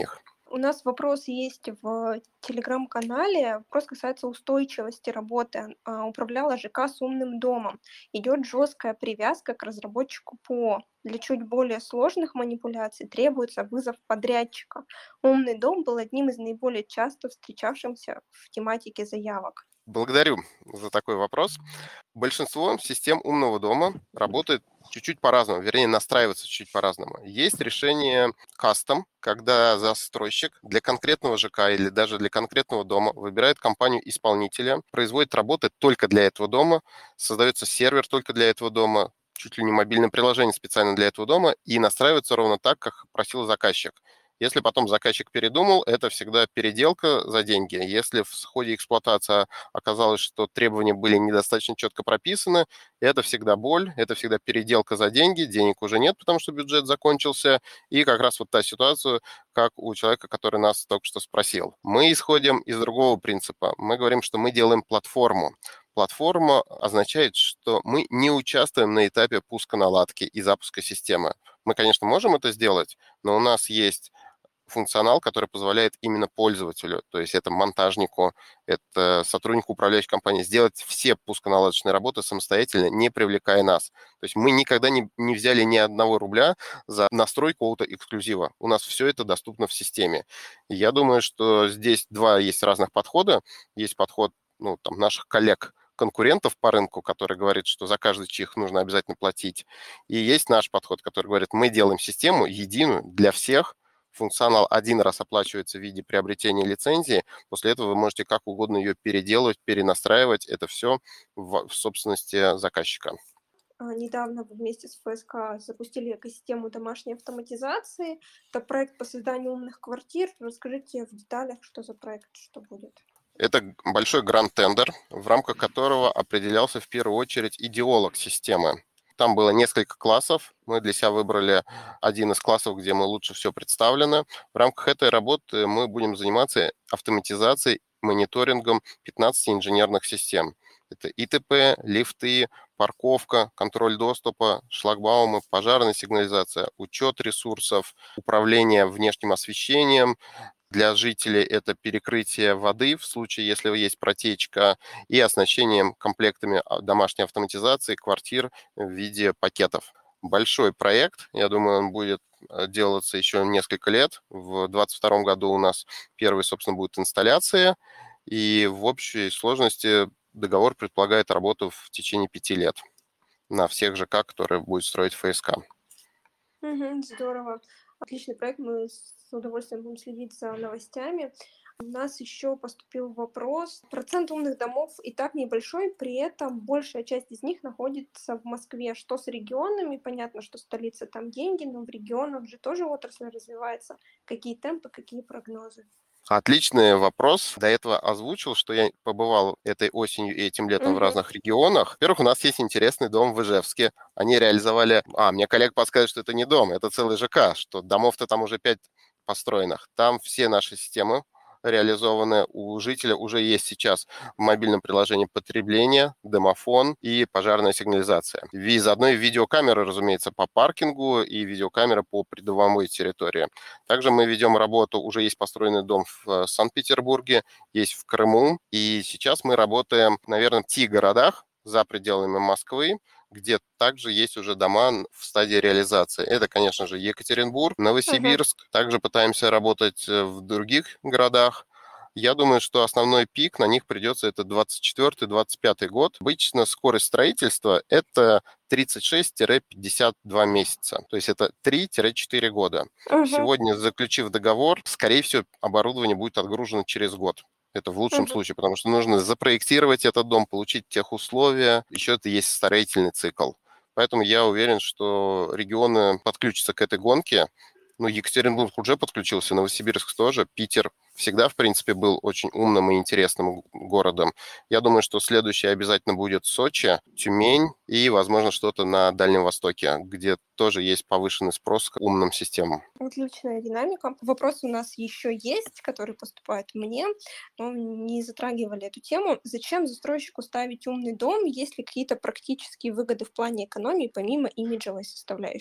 У нас вопрос есть в телеграм-канале. Вопрос касается устойчивости работы. Управляла ЖК с умным домом. Идет жесткая привязка к разработчику ПО. Для чуть более сложных манипуляций требуется вызов подрядчика. Умный дом был одним из наиболее часто встречавшихся в тематике заявок.
Благодарю за такой вопрос. Большинство систем умного дома работает чуть-чуть по-разному, вернее, настраивается чуть по-разному. Есть решение кастом, когда застройщик для конкретного ЖК или даже для конкретного дома выбирает компанию-исполнителя, производит работы только для этого дома, создается сервер только для этого дома, чуть ли не мобильное приложение специально для этого дома, и настраивается ровно так, как просил заказчик. Если потом заказчик передумал, это всегда переделка за деньги. Если в ходе эксплуатации оказалось, что требования были недостаточно четко прописаны, это всегда боль, это всегда переделка за деньги, денег уже нет, потому что бюджет закончился, и как раз вот та ситуация, как у человека, который нас только что спросил. Мы исходим из другого принципа. Мы говорим, что мы делаем платформу. Платформа означает, что мы не участвуем на этапе пуска наладки и запуска системы. Мы, конечно, можем это сделать, но у нас есть функционал, который позволяет именно пользователю, то есть это монтажнику, это сотруднику управляющей компании, сделать все пусконаладочные работы самостоятельно, не привлекая нас. То есть мы никогда не взяли ни одного рубля за настройку какого-то эксклюзива. У нас все это доступно в системе. И я думаю, что здесь два есть разных подхода. Есть подход наших коллег, конкурентов по рынку, который говорит, что за каждый чих нужно обязательно платить. И есть наш подход, который говорит, мы делаем систему единую для всех, функционал один раз оплачивается в виде приобретения лицензии, после этого вы можете как угодно ее переделывать, перенастраивать, это все в собственности заказчика.
Недавно вы вместе с ФСК запустили экосистему домашней автоматизации. Это проект по созданию умных квартир. Расскажите в деталях, что за проект, что будет.
Это большой грант-тендер, в рамках которого определялся в первую очередь идеолог системы. Там было несколько классов. Мы для себя выбрали один из классов, где мы лучше все представлены. В рамках этой работы мы будем заниматься автоматизацией, мониторингом 15 инженерных систем. Это ИТП, лифты, парковка, контроль доступа, шлагбаумы, пожарная сигнализация, учет ресурсов, управление внешним освещением. Для жителей это перекрытие воды в случае, если есть протечка, и оснащением комплектами домашней автоматизации квартир в виде пакетов. Большой проект, я думаю, он будет делаться еще несколько лет. В 2022 году у нас первый, собственно, будет инсталляция, и в общей сложности договор предполагает работу в течение 5 лет на всех ЖК, которые будет строить ФСК.
Здорово. Отличный проект. Мы с удовольствием будем следить за новостями. У нас еще поступил вопрос. Процент умных домов и так небольшой, при этом большая часть из них находится в Москве. Что с регионами? Понятно, что столица там деньги, но в регионах же тоже отрасль развивается. Какие темпы, какие прогнозы?
Отличный вопрос. До этого озвучил, что я побывал этой осенью и этим летом в разных регионах. Во-первых, у нас есть интересный дом в Ижевске. Они реализовали... Мне коллега подсказывает, что это не дом, это целый ЖК, что домов-то там уже 5 построенных. Там все наши системы реализованы. У жителя уже есть сейчас в мобильном приложении потребление, домофон и пожарная сигнализация. Заодно и видеокамеры, разумеется, по паркингу и видеокамеры по придомовой территории. Также мы ведем работу, уже есть построенный дом в Санкт-Петербурге, есть в Крыму. И сейчас мы работаем, наверное, в 5 городах за пределами Москвы, где также есть уже дома в стадии реализации. Это, конечно же, Екатеринбург, Новосибирск. Также пытаемся работать в других городах. Я думаю, что основной пик на них придется это 24-25 год. Обычно скорость строительства – это 36-52 месяца. То есть это 3-4 года. Сегодня, заключив договор, скорее всего, оборудование будет отгружено через год. Это в лучшем случае, потому что нужно запроектировать этот дом, получить тех условия. Еще это есть строительный цикл. Поэтому я уверен, что регионы подключатся к этой гонке. Екатеринбург уже подключился, Новосибирск тоже, Питер всегда, в принципе, был очень умным и интересным городом. Я думаю, что следующий обязательно будет Сочи, Тюмень и, возможно, что-то на Дальнем Востоке, где тоже есть повышенный спрос к умным системам.
Отличная динамика. Вопрос у нас еще есть, который поступает мне, но не затрагивали эту тему. Зачем застройщику ставить умный дом, есть ли какие-то практические выгоды в плане экономии, помимо имиджевой составляющей?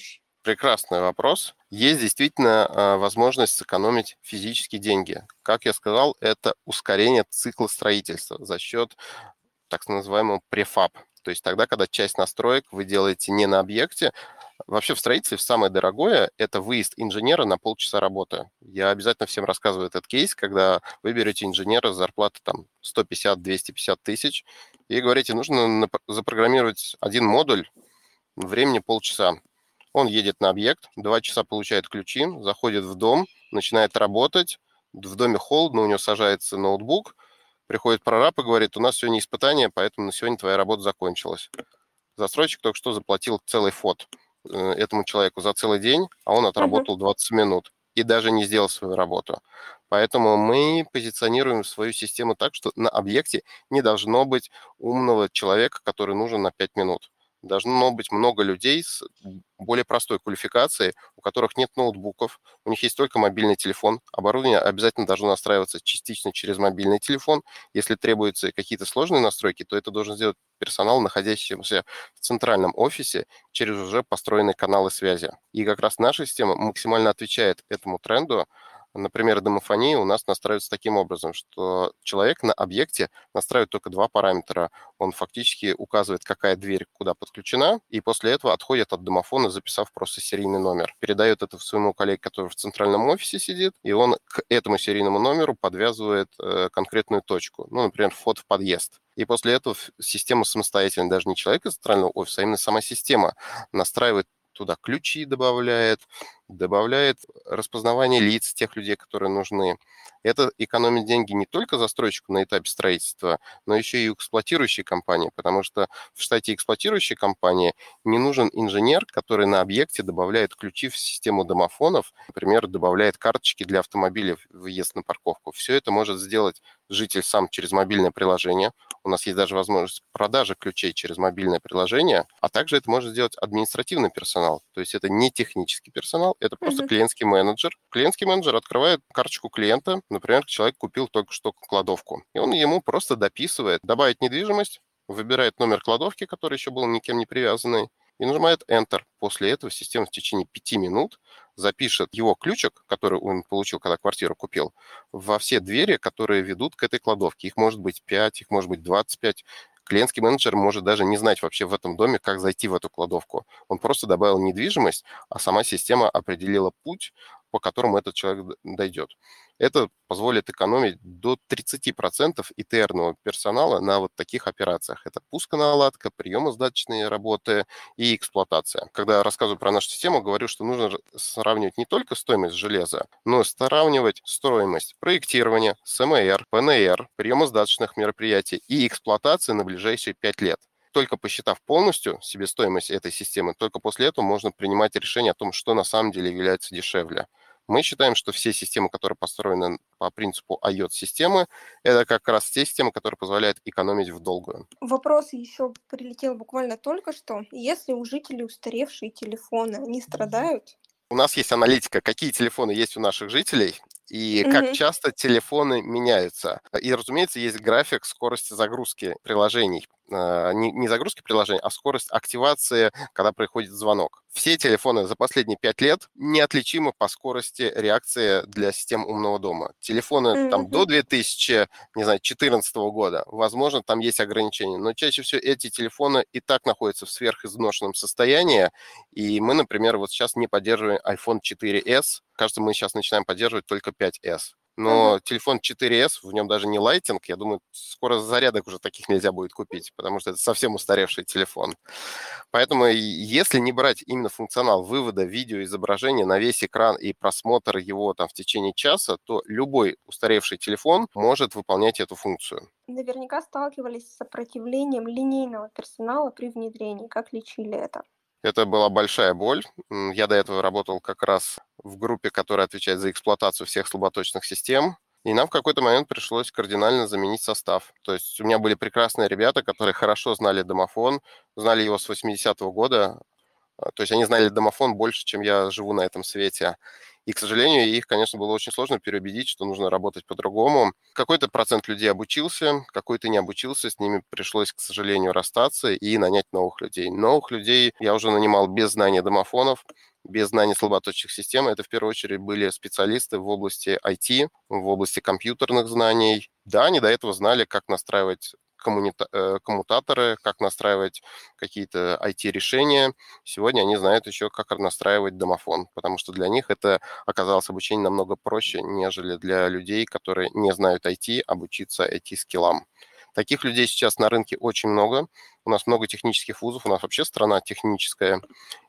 Прекрасный вопрос. Есть действительно возможность сэкономить физические деньги. Как я сказал, это ускорение цикла строительства за счет так называемого префаб. То есть тогда, когда часть настроек вы делаете не на объекте. Вообще в строительстве самое дорогое– это выезд инженера на полчаса работы. Я обязательно всем рассказываю этот кейс, когда вы берете инженера с зарплаты там 150-250 тысяч и говорите, нужно запрограммировать один модуль, времени полчаса. Он едет на объект, 2 часа получает ключи, заходит в дом, начинает работать, в доме холодно, у него сажается ноутбук, приходит прораб и говорит, у нас сегодня испытание, поэтому на сегодня твоя работа закончилась. Застройщик только что заплатил целый фот этому человеку за целый день, а он отработал 20 минут и даже не сделал свою работу. Поэтому мы позиционируем свою систему так, что на объекте не должно быть умного человека, который нужен на 5 минут. Должно быть много людей с более простой квалификацией, у которых нет ноутбуков, у них есть только мобильный телефон. Оборудование обязательно должно настраиваться частично через мобильный телефон. Если требуются какие-то сложные настройки, то это должен сделать персонал, находящийся в центральном офисе, через уже построенные каналы связи. И как раз наша система максимально отвечает этому тренду. Например, домофония у нас настраивается таким образом, что человек на объекте настраивает только 2 параметра. Он фактически указывает, какая дверь куда подключена, и после этого отходит от домофона, записав просто серийный номер. Передает это своему коллеге, который в центральном офисе сидит, и он к этому серийному номеру подвязывает конкретную точку. Ну, например, вход в подъезд. И после этого система самостоятельно, даже не человек из центрального офиса, а именно сама система настраивает туда ключи, добавляет распознавание лиц тех людей, которые нужны. Это экономит деньги не только застройщику на этапе строительства, но еще и эксплуатирующей компании, потому что в штате эксплуатирующей компании не нужен инженер, который на объекте добавляет ключи в систему домофонов, например, добавляет карточки для автомобилей в въезд на парковку. Все это может сделать житель сам через мобильное приложение. У нас есть даже возможность продажи ключей через мобильное приложение, а также это может сделать административный персонал. То есть это не технический персонал, это просто клиентский менеджер. Клиентский менеджер открывает карточку клиента. Например, человек купил только что кладовку, и он ему просто дописывает, добавить недвижимость, выбирает номер кладовки, который еще был никем не привязанный, и нажимает Enter. После этого система в течение 5 минут запишет его ключик, который он получил, когда квартиру купил, во все двери, которые ведут к этой кладовке. Их может быть 5, их может быть 25. Клиентский менеджер может даже не знать вообще в этом доме, как зайти в эту кладовку. Он просто добавил недвижимость, а сама система определила путь, по которому этот человек дойдет. Это позволит экономить до 30% ИТРного персонала на вот таких операциях. Это пусконаладка, приемо-сдаточные работы и эксплуатация. Когда я рассказываю про нашу систему, говорю, что нужно сравнивать не только стоимость железа, но и сравнивать стоимость проектирования, СМР, ПНР, приемо-сдаточных мероприятий и эксплуатации на ближайшие 5 лет. Только посчитав полностью себестоимость этой системы, только после этого можно принимать решение о том, что на самом деле является дешевле. Мы считаем, что все системы, которые построены по принципу IOT-системы, это как раз те системы, которые позволяют экономить в долгую.
Вопрос еще прилетел буквально только что. Если у жителей устаревшие телефоны, они страдают?
У нас есть аналитика, какие телефоны есть у наших жителей и как часто телефоны меняются. И, разумеется, есть график скорости загрузки приложений. Не загрузки приложений, а скорость активации, когда приходит звонок. Все телефоны за последние 5 лет неотличимы по скорости реакции для систем умного дома. Телефоны там до 2014 года, возможно, там есть ограничения, но чаще всего эти телефоны и так находятся в сверхизношенном состоянии, и мы, например, вот сейчас не поддерживаем iPhone 4s, кажется, мы сейчас начинаем поддерживать только 5s. Но телефон 4S, в нем даже не лайтинг, я думаю, скоро зарядок уже таких нельзя будет купить, потому что это совсем устаревший телефон. Поэтому если не брать именно функционал вывода видеоизображения на весь экран и просмотр его там в течение часа, то любой устаревший телефон может выполнять эту функцию.
Наверняка сталкивались с сопротивлением линейного персонала при внедрении. Как лечили это?
Это была большая боль. Я до этого работал как раз в группе, которая отвечает за эксплуатацию всех слаботочных систем. И нам в какой-то момент пришлось кардинально заменить состав. То есть у меня были прекрасные ребята, которые хорошо знали домофон, знали его с 80-го года. То есть они знали домофон больше, чем я живу на этом свете. И, к сожалению, их, конечно, было очень сложно переубедить, что нужно работать по-другому. Какой-то процент людей обучился, какой-то не обучился, с ними пришлось, к сожалению, расстаться и нанять новых людей. Новых людей я уже нанимал без знания домофонов, без знания слаботочных систем. Это в первую очередь были специалисты в области IT, в области компьютерных знаний. Да, они до этого знали, как настраивать коммутаторы, как настраивать какие-то IT-решения. Сегодня они знают еще, как настраивать домофон, потому что для них это оказалось обучение намного проще, нежели для людей, которые не знают IT, обучиться IT-скиллам. Таких людей сейчас на рынке очень много. У нас много технических вузов, у нас вообще страна техническая.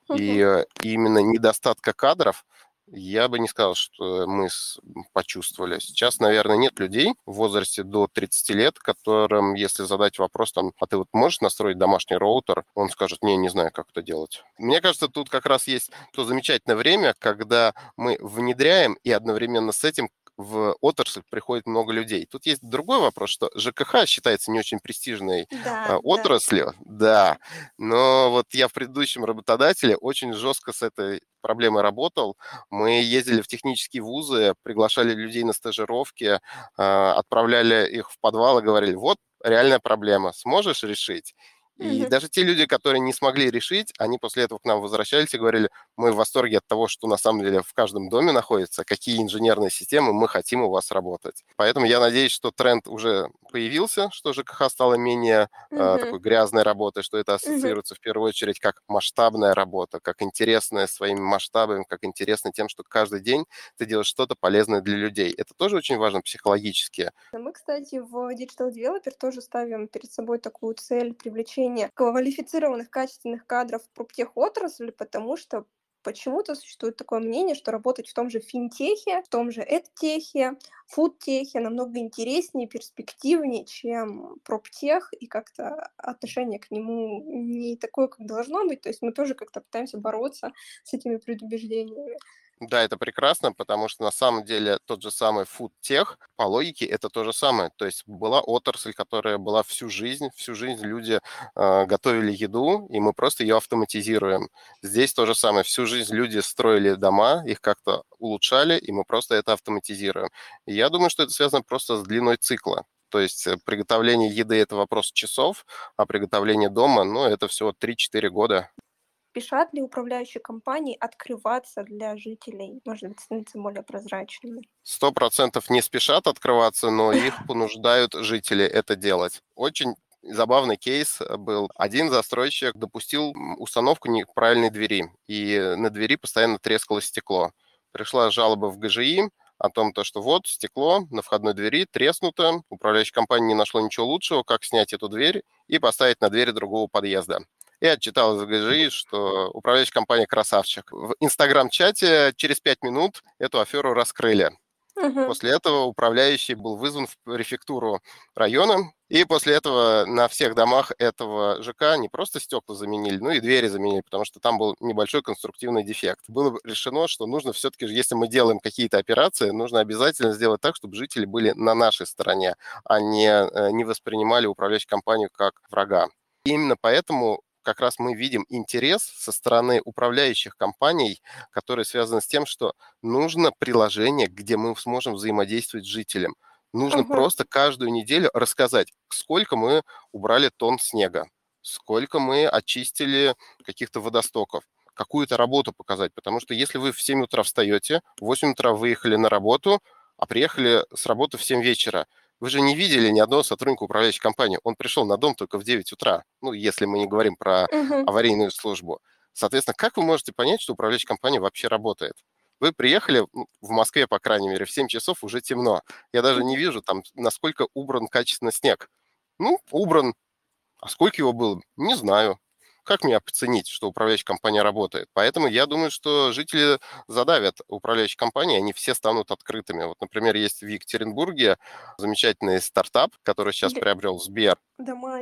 И именно недостатка кадров я бы не сказал, что мы почувствовали. Сейчас, наверное, нет людей в возрасте до 30 лет, которым, если задать вопрос, там, а ты вот можешь настроить домашний роутер, он скажет, не знаю, как это делать. Мне кажется, тут как раз есть то замечательное время, когда мы внедряем и одновременно с этим в отрасль приходит много людей. Тут есть другой вопрос, что ЖКХ считается не очень престижной отраслью, да, но вот я в предыдущем работодателе очень жестко с этой проблемой работал. Мы ездили в технические вузы, приглашали людей на стажировки, отправляли их в подвал и говорили, вот реальная проблема, сможешь решить? И даже те люди, которые не смогли решить, они после этого к нам возвращались и говорили, мы в восторге от того, что на самом деле в каждом доме находится, какие инженерные системы мы хотим у вас работать. Поэтому я надеюсь, что тренд уже появился, что ЖКХ стало менее такой грязной работой, что это ассоциируется в первую очередь как масштабная работа, как интересная своими масштабами, как интересная тем, что каждый день ты делаешь что-то полезное для людей. Это тоже очень важно психологически.
Мы, кстати, в Digital Developer тоже ставим перед собой такую цель привлечения квалифицированных, качественных кадров в проптехотрасли, потому что почему-то существует такое мнение, что работать в том же финтехе, в том же эдтехе, фудтехе намного интереснее, перспективнее, чем проптех, и как-то отношение к нему не такое, как должно быть. То есть мы тоже как-то пытаемся бороться с этими предубеждениями.
Да, это прекрасно, потому что на самом деле тот же самый фудтех, по логике, это то же самое. То есть была отрасль, которая была всю жизнь люди готовили еду, и мы просто ее автоматизируем. Здесь то же самое, всю жизнь люди строили дома, их как-то улучшали, и мы просто это автоматизируем. И я думаю, что это связано просто с длиной цикла. То есть приготовление еды – это вопрос часов, а приготовление дома, это всего 3-4 года.
Спешат ли управляющие компании открываться для жителей? Может быть, становиться более прозрачными?
100% не спешат открываться, но их понуждают жители это делать. Очень забавный кейс был. Один застройщик допустил установку неправильной двери, и на двери постоянно трескалось стекло. Пришла жалоба в ГЖИ о том, что вот стекло на входной двери треснуто, управляющая компания не нашла ничего лучшего, как снять эту дверь и поставить на двери другого подъезда. И отчитал из ГЖИ, что управляющая компания красавчик. В Инстаграм-чате через 5 минут эту аферу раскрыли. После этого управляющий был вызван в префектуру района, и после этого на всех домах этого ЖК не просто стекла заменили, но и двери заменили, потому что там был небольшой конструктивный дефект. Было решено, что нужно все-таки, если мы делаем какие-то операции, нужно обязательно сделать так, чтобы жители были на нашей стороне, а не воспринимали управляющую компанию как врага. И именно поэтому как раз мы видим интерес со стороны управляющих компаний, который связан с тем, что нужно приложение, где мы сможем взаимодействовать с жителем. Нужно просто каждую неделю рассказать, сколько мы убрали тонн снега, сколько мы очистили каких-то водостоков, какую-то работу показать. Потому что если вы в 7 утра встаете, в 8 утра выехали на работу, а приехали с работы в 7 вечера, вы же не видели ни одного сотрудника управляющей компании. Он пришел на дом только в 9 утра, если мы не говорим про аварийную службу. Соответственно, как вы можете понять, что управляющая компания вообще работает? Вы приехали в Москве, по крайней мере, в 7 часов уже темно. Я даже не вижу, там, насколько убран качественно снег. Убран. А сколько его было? Не знаю. Как мне оценить, что управляющая компания работает? Поэтому я думаю, что жители задавят управляющие компании, они все станут открытыми. Вот, например, есть в Екатеринбурге замечательный стартап, который сейчас приобрел Сбер.
Дома.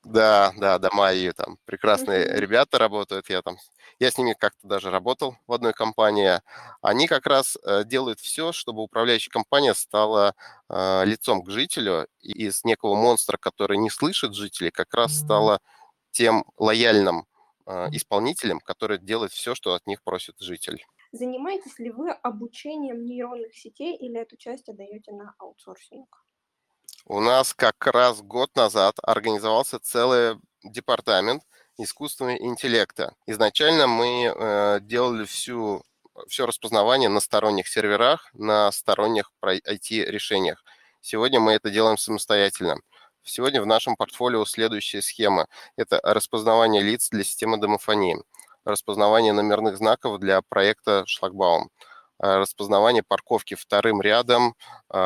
Да, дома и там прекрасные ребята работают. Я с ними как-то даже работал в одной компании. Они как раз делают все, чтобы управляющая компания стала лицом к жителю, и из некого монстра, который не слышит жителей, как раз стала тем лояльным исполнителем, который делает все, что от них просит житель.
Занимаетесь ли вы обучением нейронных сетей или эту часть отдаете на аутсорсинг?
У нас как раз год назад организовался целый департамент искусственного интеллекта. Изначально мы делали все распознавание на сторонних серверах, на сторонних IT-решениях. Сегодня мы это делаем самостоятельно. Сегодня в нашем портфолио следующая схема. Это распознавание лиц для системы домофонии, распознавание номерных знаков для проекта «Шлагбаум», распознавание парковки вторым рядом,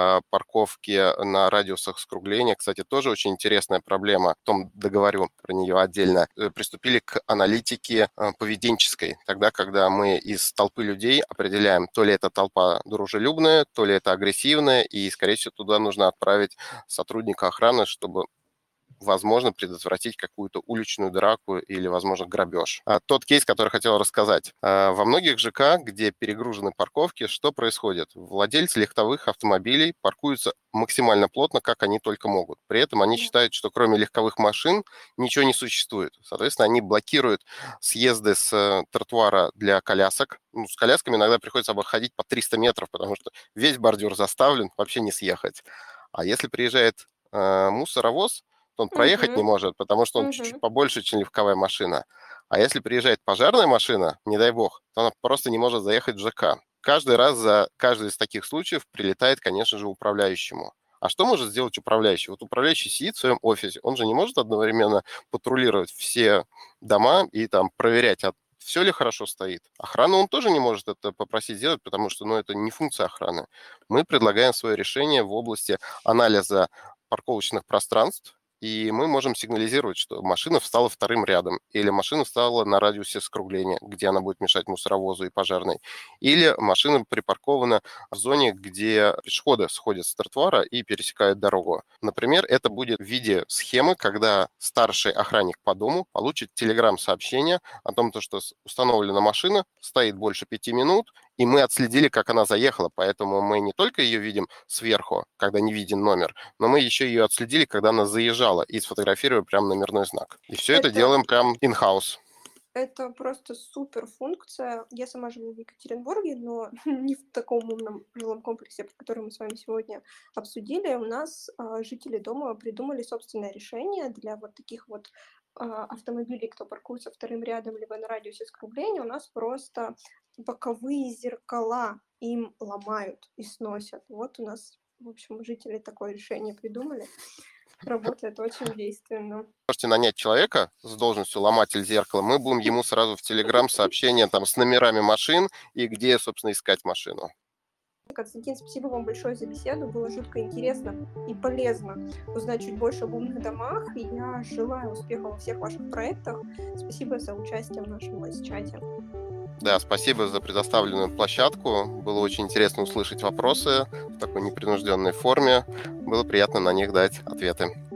парковки на радиусах скругления. Кстати, тоже очень интересная проблема. Потом договорю про нее отдельно. Приступили к аналитике поведенческой. Тогда, когда мы из толпы людей определяем, то ли это толпа дружелюбная, то ли это агрессивная, и, скорее всего, туда нужно отправить сотрудника охраны, чтобы возможно предотвратить какую-то уличную драку или, возможно, грабеж. Тот кейс, который хотел рассказать. Во многих ЖК, где перегружены парковки, что происходит? Владельцы легковых автомобилей паркуются максимально плотно, как они только могут. При этом они считают, что кроме легковых машин ничего не существует. Соответственно, они блокируют съезды с тротуара для колясок. С колясками иногда приходится обходить по 300 метров, потому что весь бордюр заставлен, вообще не съехать. А если приезжает мусоровоз, то он проехать не может, потому что он чуть-чуть побольше, чем легковая машина. А если приезжает пожарная машина, не дай бог, то она просто не может заехать в ЖК. Каждый раз за каждый из таких случаев прилетает, конечно же, управляющему. А что может сделать управляющий? Вот управляющий сидит в своем офисе, он же не может одновременно патрулировать все дома и там проверять, все ли хорошо стоит. Охрану он тоже не может это попросить сделать, потому что это не функция охраны. Мы предлагаем свое решение в области анализа парковочных пространств, и мы можем сигнализировать, что машина встала вторым рядом, или машина встала на радиусе скругления, где она будет мешать мусоровозу и пожарной, или машина припаркована в зоне, где пешеходы сходят с тротуара и пересекают дорогу. Например, это будет в виде схемы, когда старший охранник по дому получит телеграм-сообщение о том, что установлена машина, стоит больше 5 минут, и мы отследили, как она заехала, поэтому мы не только ее видим сверху, когда не виден номер, но мы еще ее отследили, когда она заезжала, и сфотографировали прям номерной знак. И все это делаем прям in-house.
Это просто супер функция. Я сама живу в Екатеринбурге, но не в таком умном жилом комплексе, который мы с вами сегодня обсудили. У нас жители дома придумали собственное решение для вот таких вот автомобилей, кто паркуется вторым рядом, либо на радиусе скругления. У нас просто боковые зеркала им ломают и сносят. Вот у нас, в общем, жители такое решение придумали. Работает очень действенно.
Можете нанять человека с должностью ломатель зеркала, мы будем ему сразу в Телеграм сообщение там с номерами машин и где, собственно, искать машину.
Константин, спасибо вам большое за беседу. Было жутко интересно и полезно узнать чуть больше об умных домах. И я желаю успехов во всех ваших проектах. Спасибо за участие в нашем voice-чате.
Да, спасибо за предоставленную площадку. Было очень интересно услышать вопросы в такой непринужденной форме. Было приятно на них дать ответы.